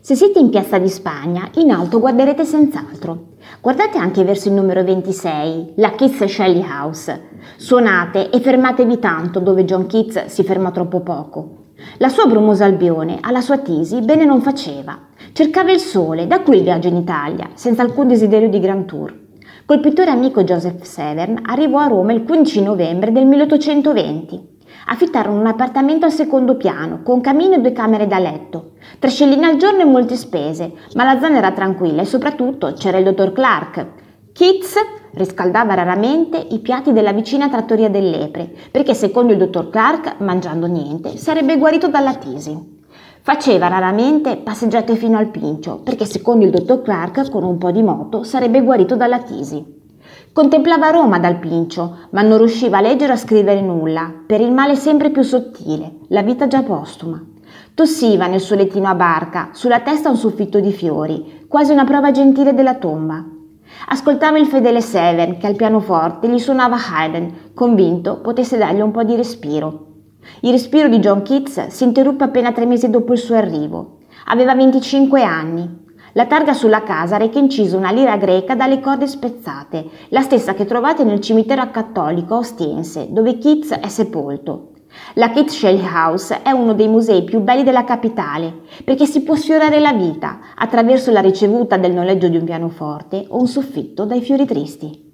Se siete in Piazza di Spagna, in alto guarderete senz'altro. Guardate anche verso il numero 26, la Keats Shelley House. Suonate e fermatevi tanto dove John Keats si ferma troppo poco. La sua brumosa Albione alla sua tesi bene non faceva. Cercava il sole, da qui il viaggio in Italia, senza alcun desiderio di grand tour. Col pittore amico Joseph Severn arrivò a Roma il 15 novembre del 1820. Affittarono un appartamento al secondo piano, con camino e 2 camere da letto. 3 scellini al giorno e molte spese, ma la zona era tranquilla e soprattutto c'era il dottor Clark. Keats riscaldava raramente i piatti della vicina trattoria del Lepre, perché secondo il dottor Clark, mangiando niente, sarebbe guarito dalla tisi. Faceva raramente passeggiate fino al Pincio, perché secondo il dottor Clark, con un po' di moto, sarebbe guarito dalla tisi. Contemplava Roma dal Pincio, ma non riusciva a leggere o a scrivere nulla, per il male sempre più sottile, la vita già postuma. Tossiva nel suo lettino a barca, sulla testa un soffitto di fiori, quasi una prova gentile della tomba. Ascoltava il fedele Severn, che al pianoforte gli suonava Haydn, convinto potesse dargli un po' di respiro. Il respiro di John Keats si interruppe appena 3 mesi dopo il suo arrivo. Aveva 25 anni. La targa sulla casa reca incisa una lira greca dalle corde spezzate, la stessa che trovate nel cimitero cattolico a Ostiense, dove Keats è sepolto. La Keats Shelley House è uno dei musei più belli della capitale, perché si può sfiorare la vita attraverso la ricevuta del noleggio di un pianoforte o un soffitto dai fiori tristi.